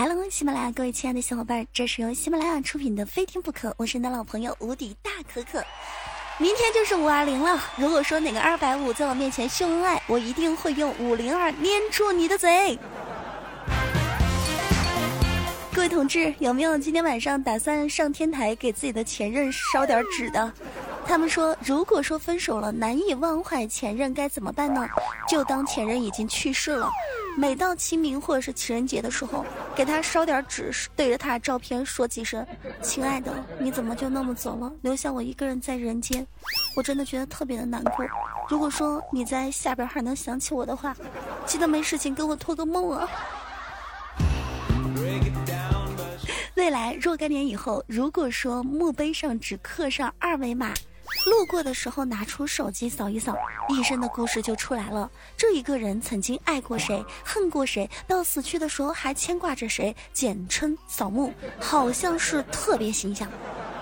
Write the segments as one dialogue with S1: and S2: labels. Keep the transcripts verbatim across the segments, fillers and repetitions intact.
S1: Hello， 喜马拉雅各位亲爱的小伙伴，这是由喜马拉雅出品的非听不可，我是你的老朋友无敌大可可。明天就是五二零了，如果说哪个二百五在我面前秀恩爱，我一定会用五零二粘住你的嘴。各位同志，有没有今天晚上打算上天台给自己的前任烧点纸的？他们说，如果说分手了难以忘怀前任该怎么办呢？就当前任已经去世了，每到清明或者是情人节的时候，给他烧点纸，对着他的照片说几声亲爱的，你怎么就那么走了，留下我一个人在人间，我真的觉得特别的难过。如果说你在下边还能想起我的话，记得没事情跟我托个梦啊。未来若干年以后，如果说墓碑上只刻上二维码，路过的时候拿出手机扫一扫，一生的故事就出来了。这一个人曾经爱过谁，恨过谁，到死去的时候还牵挂着谁，简称扫墓，好像是特别形象。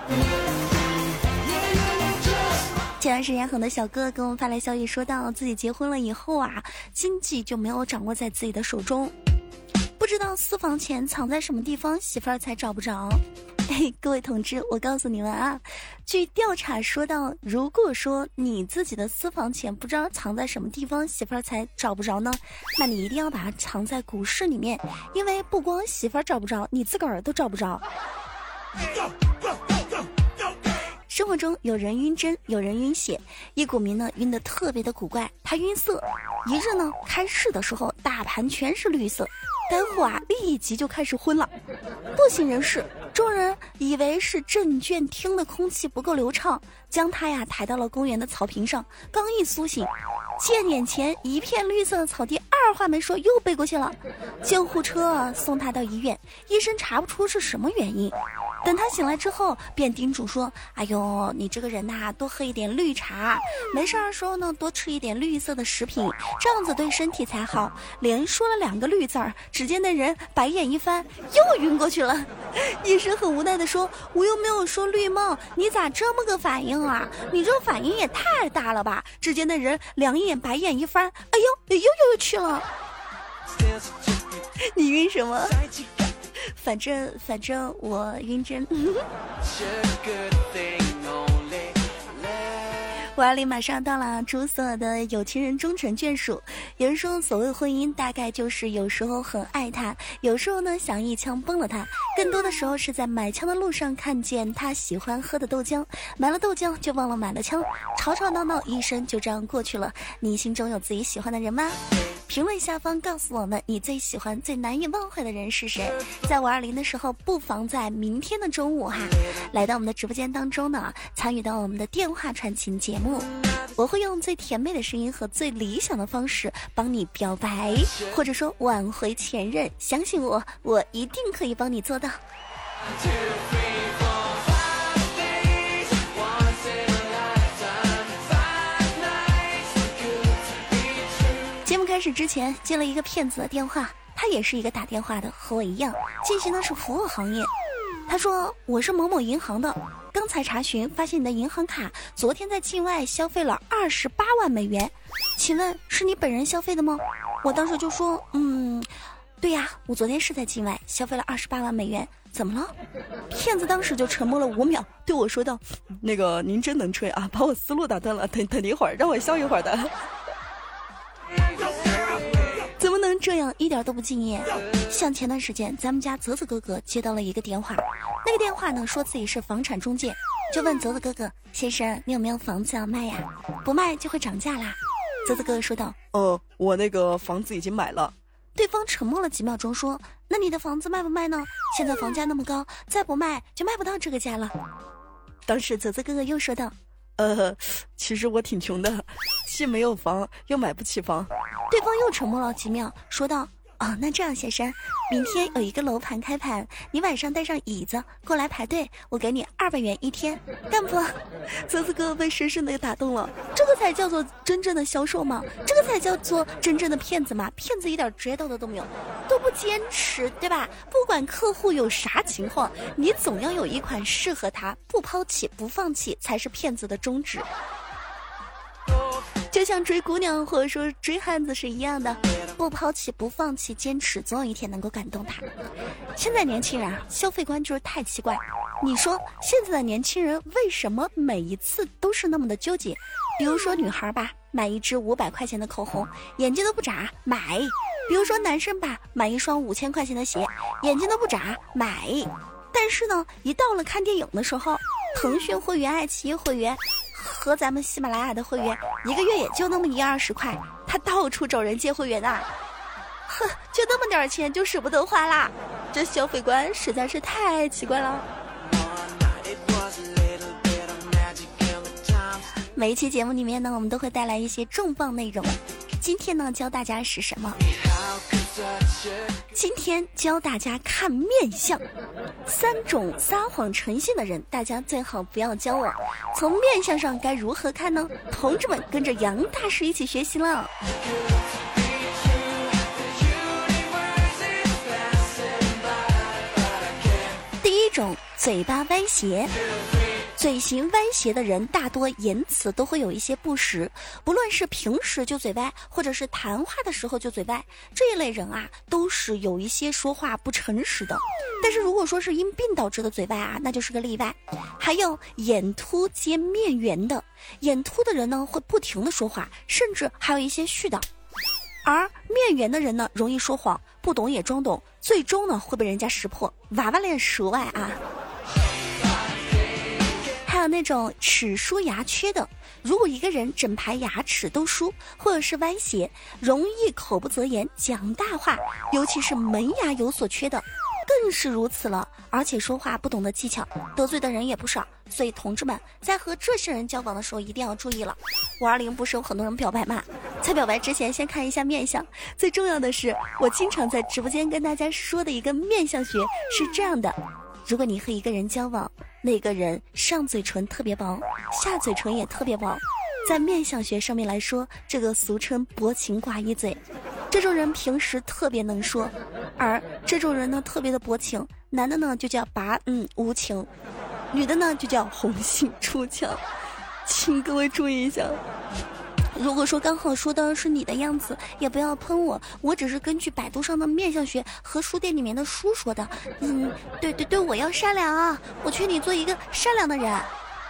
S1: 前段时间很多小哥给我们发来消息，说到自己结婚了以后啊，经济就没有掌握在自己的手中，不知道私房钱藏在什么地方，媳妇儿才找不着。哎，各位同志，我告诉你们啊，据调查说到，如果说你自己的私房钱不知道藏在什么地方，媳妇儿才找不着呢，那你一定要把它藏在股市里面，因为不光媳妇儿找不着，你自个儿都找不着。生活中有人晕针，有人晕血，一股民呢晕得特别的古怪，他晕色。一日呢开市的时候，大盘全是绿色，该户啊立即就开始昏了，不省人事。众人以为是证券厅的空气不够流畅，将他呀抬到了公园的草坪上，刚一苏醒，见眼前一片绿色的草地，二话没说又背过去了。救护车送他到医院，医生查不出是什么原因。等他醒来之后，便叮嘱说：哎呦，你这个人呐、啊，多喝一点绿茶，没事儿时候呢多吃一点绿色的食品，这样子对身体才好。连说了两个绿字儿，只见那人白眼一翻，又晕过去了。医生很无奈的说：我又没有说绿帽，你咋这么个反应啊？你这反应也太大了吧。只见那人两眼白眼一翻，哎呦，又又去了。你晕什么？反正反正我晕针。五二零马上到了，祝所有的有情人终成眷属。有人说，所谓婚姻大概就是有时候很爱他，有时候呢想一枪崩了他，更多的时候是在买枪的路上看见他喜欢喝的豆浆，买了豆浆就忘了买了枪，吵吵闹闹一生就这样过去了。你心中有自己喜欢的人吗？评论下方告诉我们你最喜欢最难以忘怀的人是谁。在五二零的时候，不妨在明天的中午哈，来到我们的直播间当中呢，参与到我们的电话传情节目，我会用最甜美的声音和最理想的方式帮你表白，或者说挽回前任。相信我，我一定可以帮你做到。节目开始之前接了一个骗子的电话，他也是一个打电话的，和我一样进行的是服务行业。他说，我是某某银行的，刚才查询发现你的银行卡昨天在境外消费了二十八万美元，请问是你本人消费的吗？我当时就说，嗯，对呀，我昨天是在境外消费了二十八万美元，怎么了？骗子当时就沉默了五秒，对我说道，那个您真能吹啊，把我思路打断了，等等一会儿，让我笑一会儿的。怎么能这样，一点都不敬业？像前段时间咱们家泽泽哥哥接到了一个电话，那个电话呢说自己是房产中介，就问泽泽哥哥，先生你有没有房子要卖呀？不卖就会涨价啦。泽泽哥哥说道，
S2: 呃我那个房子已经买了。
S1: 对方沉默了几秒钟说，那你的房子卖不卖呢？现在房价那么高，再不卖就卖不到这个价了。当时泽泽哥哥又说道，
S2: 呃其实我挺穷的，既没有房又买不起房。
S1: 对方又沉默了几秒，说道，哦，那这样先生，明天有一个楼盘开盘，你晚上带上椅子过来排队，我给你二百元一天，干不？泽泽哥被深深的打动了，这个才叫做真正的销售吗？这个才叫做真正的骗子吗？骗子一点职业道德都没有，都不坚持，对吧？不管客户有啥情况，你总要有一款适合他，不抛弃不放弃才是骗子的宗旨。就就像追姑娘或者说追汉子是一样的，不抛弃不放弃，坚持总有一天能够感动他。现在年轻人啊，消费观就是太奇怪。你说现在的年轻人为什么每一次都是那么的纠结？比如说女孩吧，买一支五百块钱的口红，眼睛都不眨买；比如说男生吧，买一双五千块钱的鞋，眼睛都不眨买。但是呢，一到了看电影的时候，腾讯会员、爱奇艺会员和咱们喜马拉雅的会员，一个月也就那么一二十块，他到处找人借会员啊，呵，就那么点钱就舍不得花啦，这消费观实在是太奇怪了。每一期节目里面呢，我们都会带来一些重磅内容。今天呢，教大家是什么？今天教大家看面相，三种撒谎成性的人，大家最好不要交往。从面相上该如何看呢？同志们跟着杨大师一起学习了。第一种，嘴巴歪斜。嘴型歪斜的人大多言辞都会有一些不实，不论是平时就嘴歪，或者是谈话的时候就嘴歪，这一类人啊都是有一些说话不诚实的。但是如果说是因病导致的嘴歪啊，那就是个例外。还有眼凸兼面圆的，眼凸的人呢会不停的说话，甚至还有一些絮叨。而面圆的人呢容易说谎，不懂也装懂，最终呢会被人家识破，娃娃脸除外啊。还有那种齿疏牙缺的，如果一个人整排牙齿都疏或者是歪斜，容易口不择言，讲大话，尤其是门牙有所缺的更是如此了，而且说话不懂得技巧，得罪的人也不少。所以同志们在和这些人交往的时候一定要注意了。五二零不是有很多人表白吗？在表白之前先看一下面相，最重要的是我经常在直播间跟大家说的一个面相学是这样的，如果你和一个人交往，那个人上嘴唇特别薄，下嘴唇也特别薄，在面相学上面来说，这个俗称薄情寡义嘴。这种人平时特别能说，而这种人呢特别的薄情，男的呢就叫拔嗯无情，女的呢就叫红杏出墙。请各位注意一下，如果说刚好说的是你的样子，也不要喷我，我只是根据百度上的面相学和书店里面的书说的。嗯，对对对，我要善良啊，我劝你做一个善良的人。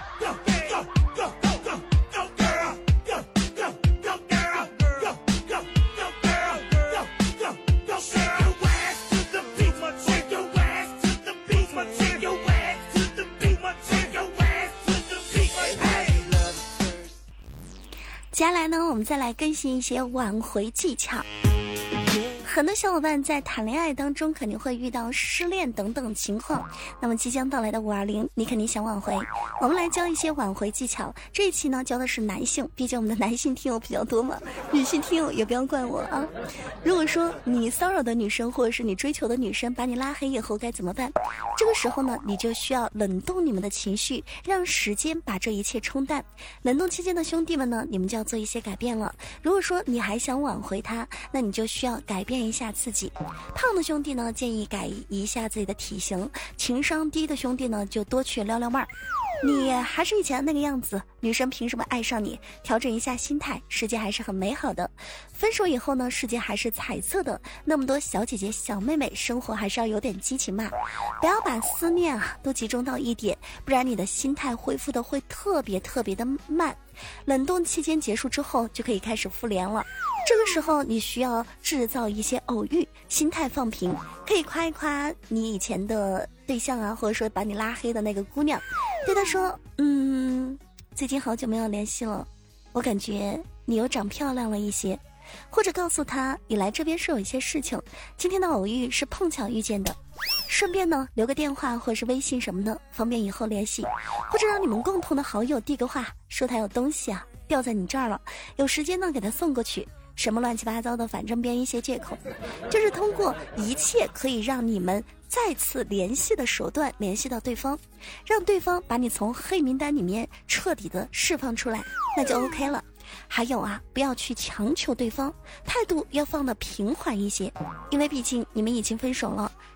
S1: 接下来呢，我们再来更新一些挽回技巧。很多小伙伴在谈恋爱当中肯定会遇到失恋等等情况，那么即将到来的五二零，你肯定想挽回。我们来教一些挽回技巧。这一期呢教的是男性，毕竟我们的男性听友比较多嘛，女性听友也不要怪我啊。如果说你骚扰的女生或者是你追求的女生把你拉黑以后该怎么办？这个时候呢，你就需要冷冻你们的情绪，让时间把这一切冲淡。冷冻期间的兄弟们呢，你们就要做一些改变了。如果说你还想挽回他，那你就需要改变一下自己。胖的兄弟呢，建议改一下自己的体型；情商低的兄弟呢，就多去撩撩妹儿。你还是以前那个样子，女生凭什么爱上你？调整一下心态，世界还是很美好的。分手以后呢，世界还是彩色的。那么多小姐姐小妹妹，生活还是要有点激情嘛，不要把思念啊都集中到一点，不然你的心态恢复的会特别特别的慢。冷冻期间结束之后，就可以开始复联了。这个时候你需要制造一些偶遇，心态放平，可以夸一夸你以前的对象啊，或者说把你拉黑的那个姑娘，对她说，嗯，最近好久没有联系了，我感觉你又长漂亮了一些。或者告诉他你来这边是有一些事情，今天的偶遇是碰巧遇见的，顺便呢留个电话或者是微信什么的，方便以后联系。或者让你们共同的好友递个话，说他有东西啊掉在你这儿了，有时间呢给他送过去，什么乱七八糟的，反正编一些借口，就是通过一切可以让你们再次联系的手段联系到对方，让对方把你从黑名单里面彻底的释放出来，那就 OK 了。还有啊，不要去强求对方，态度要放得平缓一些，因为毕竟你们已经分手了，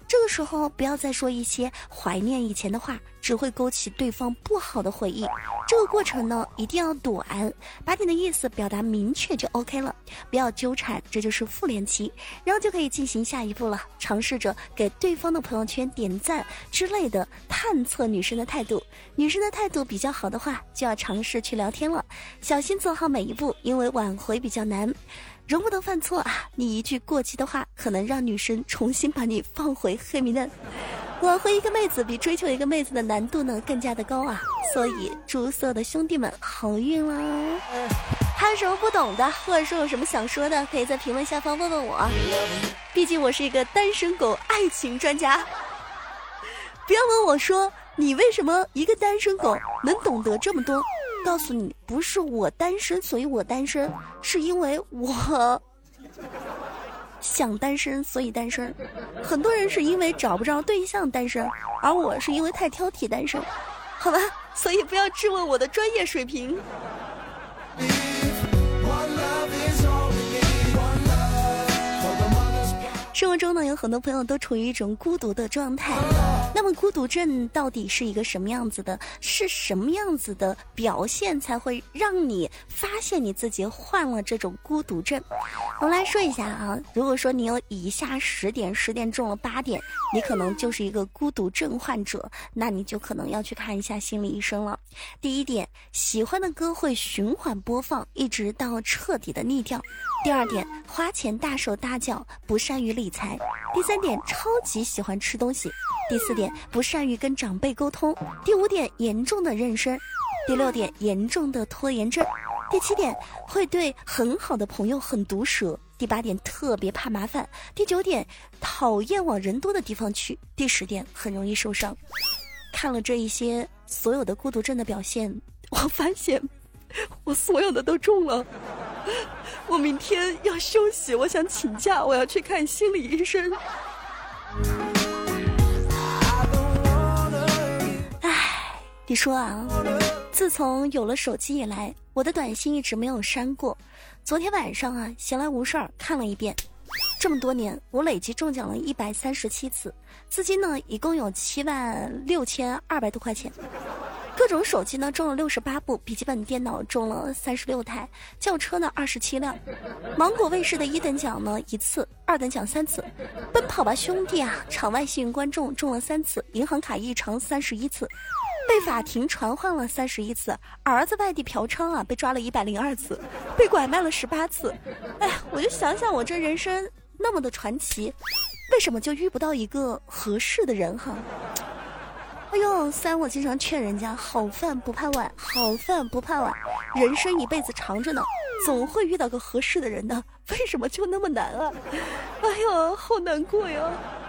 S1: 这个时候不要再说一些怀念以前的话，只会勾起对方不好的回忆。这个过程呢一定要短，把你的意思表达明确就 OK 了，不要纠缠，这就是复联期。然后就可以进行下一步了，尝试着给对方的朋友圈点赞之类的，探测女生的态度。女生的态度比较好的话，就要尝试去聊天了，小心做好每一步，因为挽回比较难，容不得犯错啊！你一句过激的话，可能让女生重新把你放回黑名单。挽回一个妹子比追求一个妹子的难度呢更加的高啊！所以祝所有的兄弟们好运啦！还有什么不懂的，或者说有什么想说的，可以在评论下方问问我。毕竟我是一个单身狗爱情专家。不要问我说你为什么一个单身狗能懂得这么多，告诉你，不是我单身所以我单身，是因为我想单身所以单身。很多人是因为找不着对象单身，而我是因为太挑剔单身，好吧？所以不要质问我的专业水平。生活中呢，有很多朋友都处于一种孤独的状态。那么孤独症到底是一个什么样子的？是什么样子的表现才会让你发现你自己患了这种孤独症？我们来说一下啊，如果说你有以下十点，十点中了八点，你可能就是一个孤独症患者，那你就可能要去看一下心理医生了。第一点，喜欢的歌会循环播放，一直到彻底的腻掉。第二点，花钱大手大脚，不善于理财。第三点，超级喜欢吃东西。第四点，不善于跟长辈沟通。第五点，严重的妊娠。第六点，严重的拖延症。第七点，会对很好的朋友很毒舌。第八点，特别怕麻烦。第九点，讨厌往人多的地方去。第十点，很容易受伤。看了这一些所有的孤独症的表现，我发现我所有的都中了。我明天要休息，我想请假，我要去看心理医生。唉，你说啊，自从有了手机以来，我的短信一直没有删过。昨天晚上啊，闲来无事儿看了一遍，这么多年我累计中奖了一百三十七次，资金呢一共有七万六千二百多块钱。各种手机呢中了六十八部，笔记本电脑中了三十六台，轿车呢二十七辆，芒果卫视的一等奖呢一次，二等奖三次，奔跑吧兄弟啊场外幸运观众中了三次，银行卡异常三十一次，被法庭传唤了三十一次，儿子外地嫖娼啊被抓了一百零二次，被拐卖了十八次。哎，我就想想我这人生那么的传奇，为什么就遇不到一个合适的人哈？哎呦，三我经常劝人家好饭不怕晚，好饭不怕晚，人生一辈子长着呢，总会遇到个合适的人的，为什么就那么难啊？哎呦，好难过呀。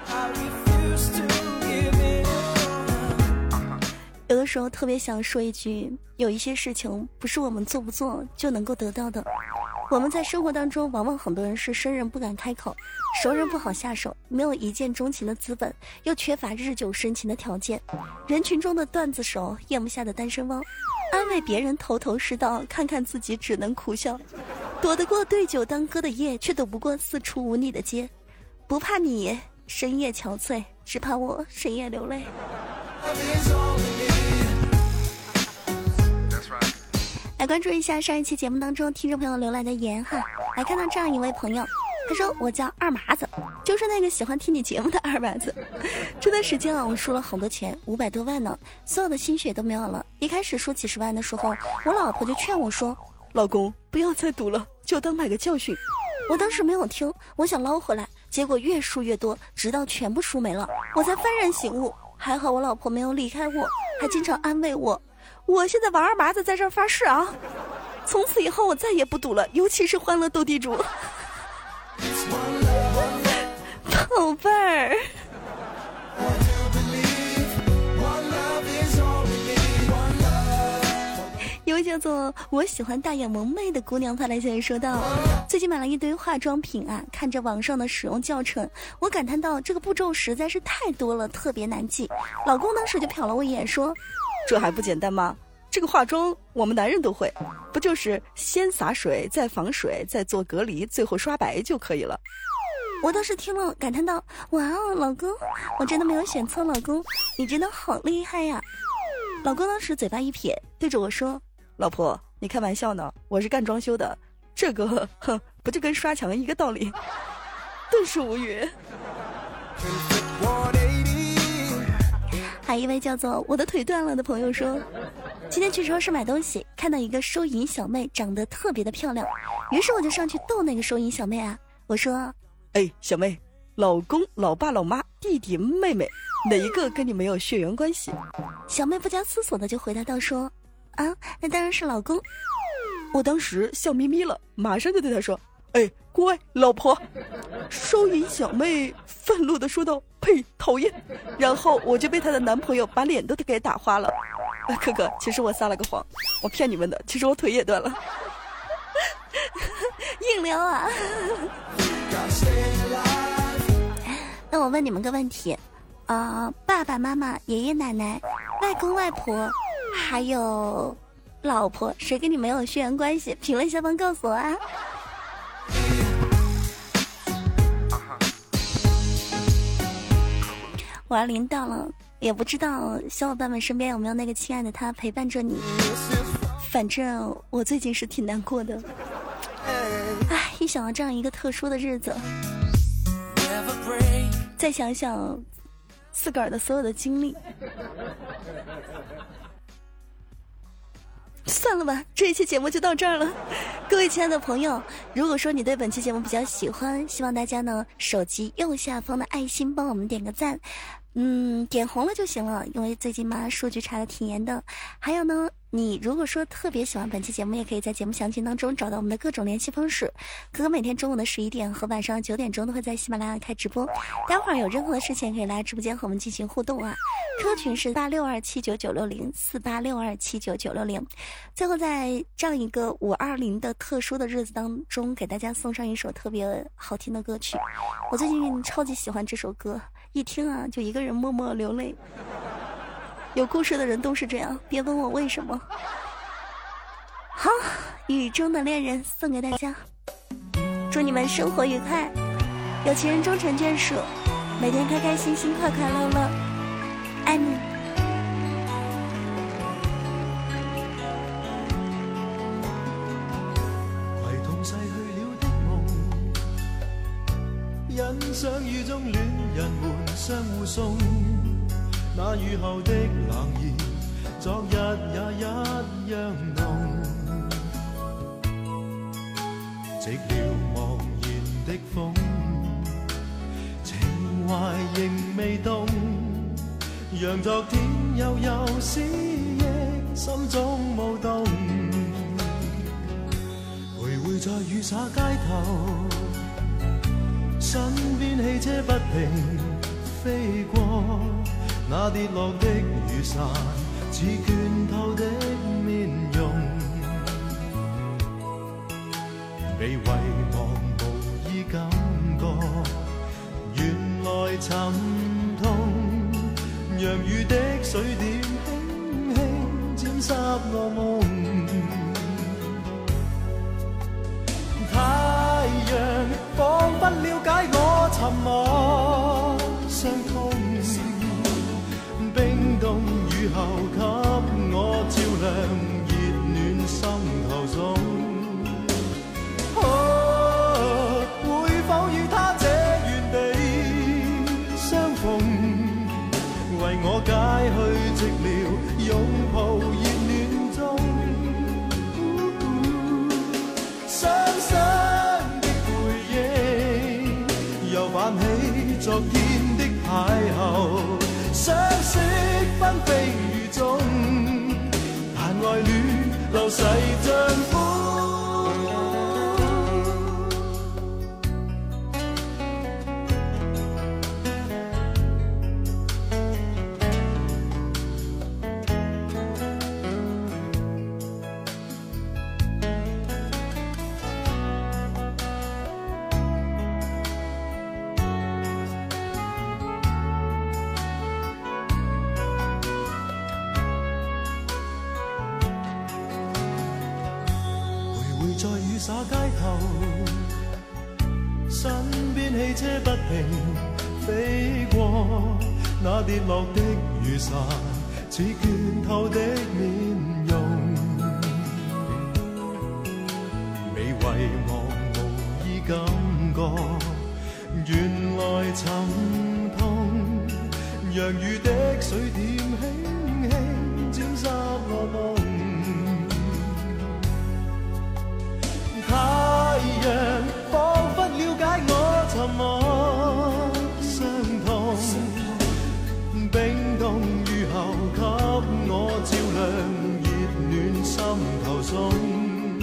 S1: 有的时候特别想说一句，有一些事情不是我们做不做就能够得到的。我们在生活当中，往往很多人是生人不敢开口，熟人不好下手，没有一见钟情的资本，又缺乏日久生情的条件。人群中的段子手，咽不下的单身汪，安慰别人头头是道，看看自己只能苦笑。躲得过对酒当歌的夜，却躲不过四处无你的街。不怕你深夜憔悴，只怕我深夜流泪。来关注一下上一期节目当中听众朋友留来的言哈，来看到这样一位朋友，他说我叫二麻子，就是那个喜欢听你节目的二麻子。这段时间啊，我输了好多钱，五百多万呢，所有的心血都没有了。一开始输几十万的时候，我老婆就劝我说，
S2: 老公不要再赌了，就当买个教训。
S1: 我当时没有听，我想捞回来，结果越输越多，直到全部输没了，我才幡然醒悟。还好我老婆没有离开我，还经常安慰我。我现在王二麻子在这儿发誓啊，从此以后我再也不赌了，尤其是欢乐斗地主。宝贝儿，一位叫做我喜欢大眼萌妹的姑娘发来信息说道，最近买了一堆化妆品啊，看着网上的使用教程，我感叹到这个步骤实在是太多了，特别难记。老公当时就瞟了我一眼说，
S2: 这还不简单吗？这个化妆我们男人都会，不就是先洒水，再防水，再做隔离，最后刷白就可以了。
S1: 我当时听了感叹道：哇哦，老公，我真的没有选错老公，你真的好厉害呀！老公当时嘴巴一撇，对着我说：
S2: 老婆，你开玩笑呢，我是干装修的，这个哼，不就跟刷墙一个道理。顿时无语。
S1: 还一位叫做我的腿断了的朋友说，今天去超市买东西，看到一个收银小妹长得特别的漂亮，于是我就上去逗那个收银小妹啊，我说：
S2: 哎，小妹，老公、老爸、老妈、弟弟、妹妹，哪一个跟你没有血缘关系？
S1: 小妹不加思索的就回答到说：啊，那当然是老公。
S2: 我当时笑眯眯了，马上就对她说：哎，乖，老婆。收银小妹愤怒的说道：呸，讨厌。然后我就被她的男朋友把脸都给打花了。啊，哥哥，其实我撒了个谎，我骗你们的，其实我腿也断了。
S1: 硬聊啊。那我问你们个问题啊、呃，爸爸妈妈、爷爷奶奶、外公外婆还有老婆，谁跟你没有血缘关系？评论下方告诉我啊。我要临到了，也不知道小伙伴们身边有没有那个亲爱的他陪伴着你。反正我最近是挺难过的，唉，一想到这样一个特殊的日子，再想想自个儿的所有的经历，算了吧，这一期节目就到这儿了。各位亲爱的朋友，如果说你对本期节目比较喜欢，希望大家呢手机右下方的爱心帮我们点个赞，嗯，点红了就行了，因为最近嘛数据查的挺严的。还有呢，你如果说特别喜欢本期节目，也可以在节目详情当中找到我们的各种联系方式。哥哥每天中午的十一点和晚上九点钟都会在喜马拉雅开直播，待会儿有任何的事情可以来直播间和我们进行互动啊。Q 群是八六二七九九六零四八六二七九九六零。最后在这样一个五二零的特殊的日子当中，给大家送上一首特别好听的歌曲。我最近超级喜欢这首歌，一听啊就一个人默默流泪。有故事的人都是这样，别问我为什么。好，雨中的恋人送给大家，祝你们生活愉快，有情人终成眷属，每天开开心心，快快乐乐，爱你。
S3: 携同逝去了的夢，欣賞雨中戀人們相互送，那雨後的冷意，昨日也一樣濃。寂寥茫然的風，情懷仍未動，讓昨天悠悠思憶心中舞動。徘徊在雨灑街頭，身邊汽車不停飛過。那跌落的雨傘，似倦透的面容，被遺忘無意感覺，原來沉痛，讓雨的水點輕輕沾濕我夢。太陽彷彿了解我沉默傷痛，冰凍雨後給我照亮熱暖心頭中。哦，會否與他這原地相逢，為我解去寂寥，擁抱熱暖中。傷心的回憶又泛起昨天的邂逅。相識紛飛雨中，但愛戀流逝像風。在雨灑街頭，身邊汽車不停飛過，那跌落的雨傘似倦透的面容，未遺忘無意感覺，原來沉痛，讓雨的水點輕輕沾濕我夢，太陽彷彿了解我沉默傷痛，冰凍雨後給我照亮熱暖心頭送。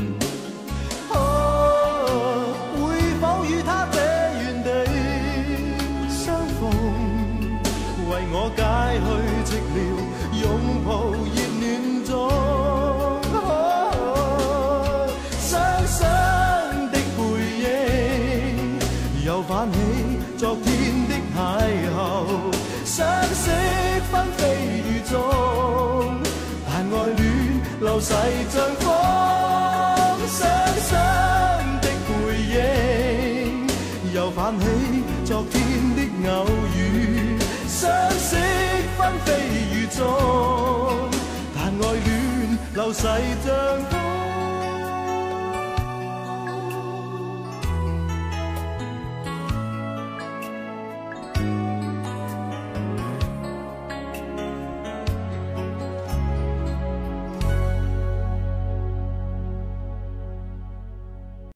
S3: 哦，會否與他這原地相逢，為我解去寂寥，擁抱熱暖中。哦，雙雙的背影，又泛起昨天的邂逅，相識紛飛雨中，但愛戀流逝像風。雙雙的背影，又泛起昨天的偶遇，相識紛飛雨中，但愛戀流逝像風。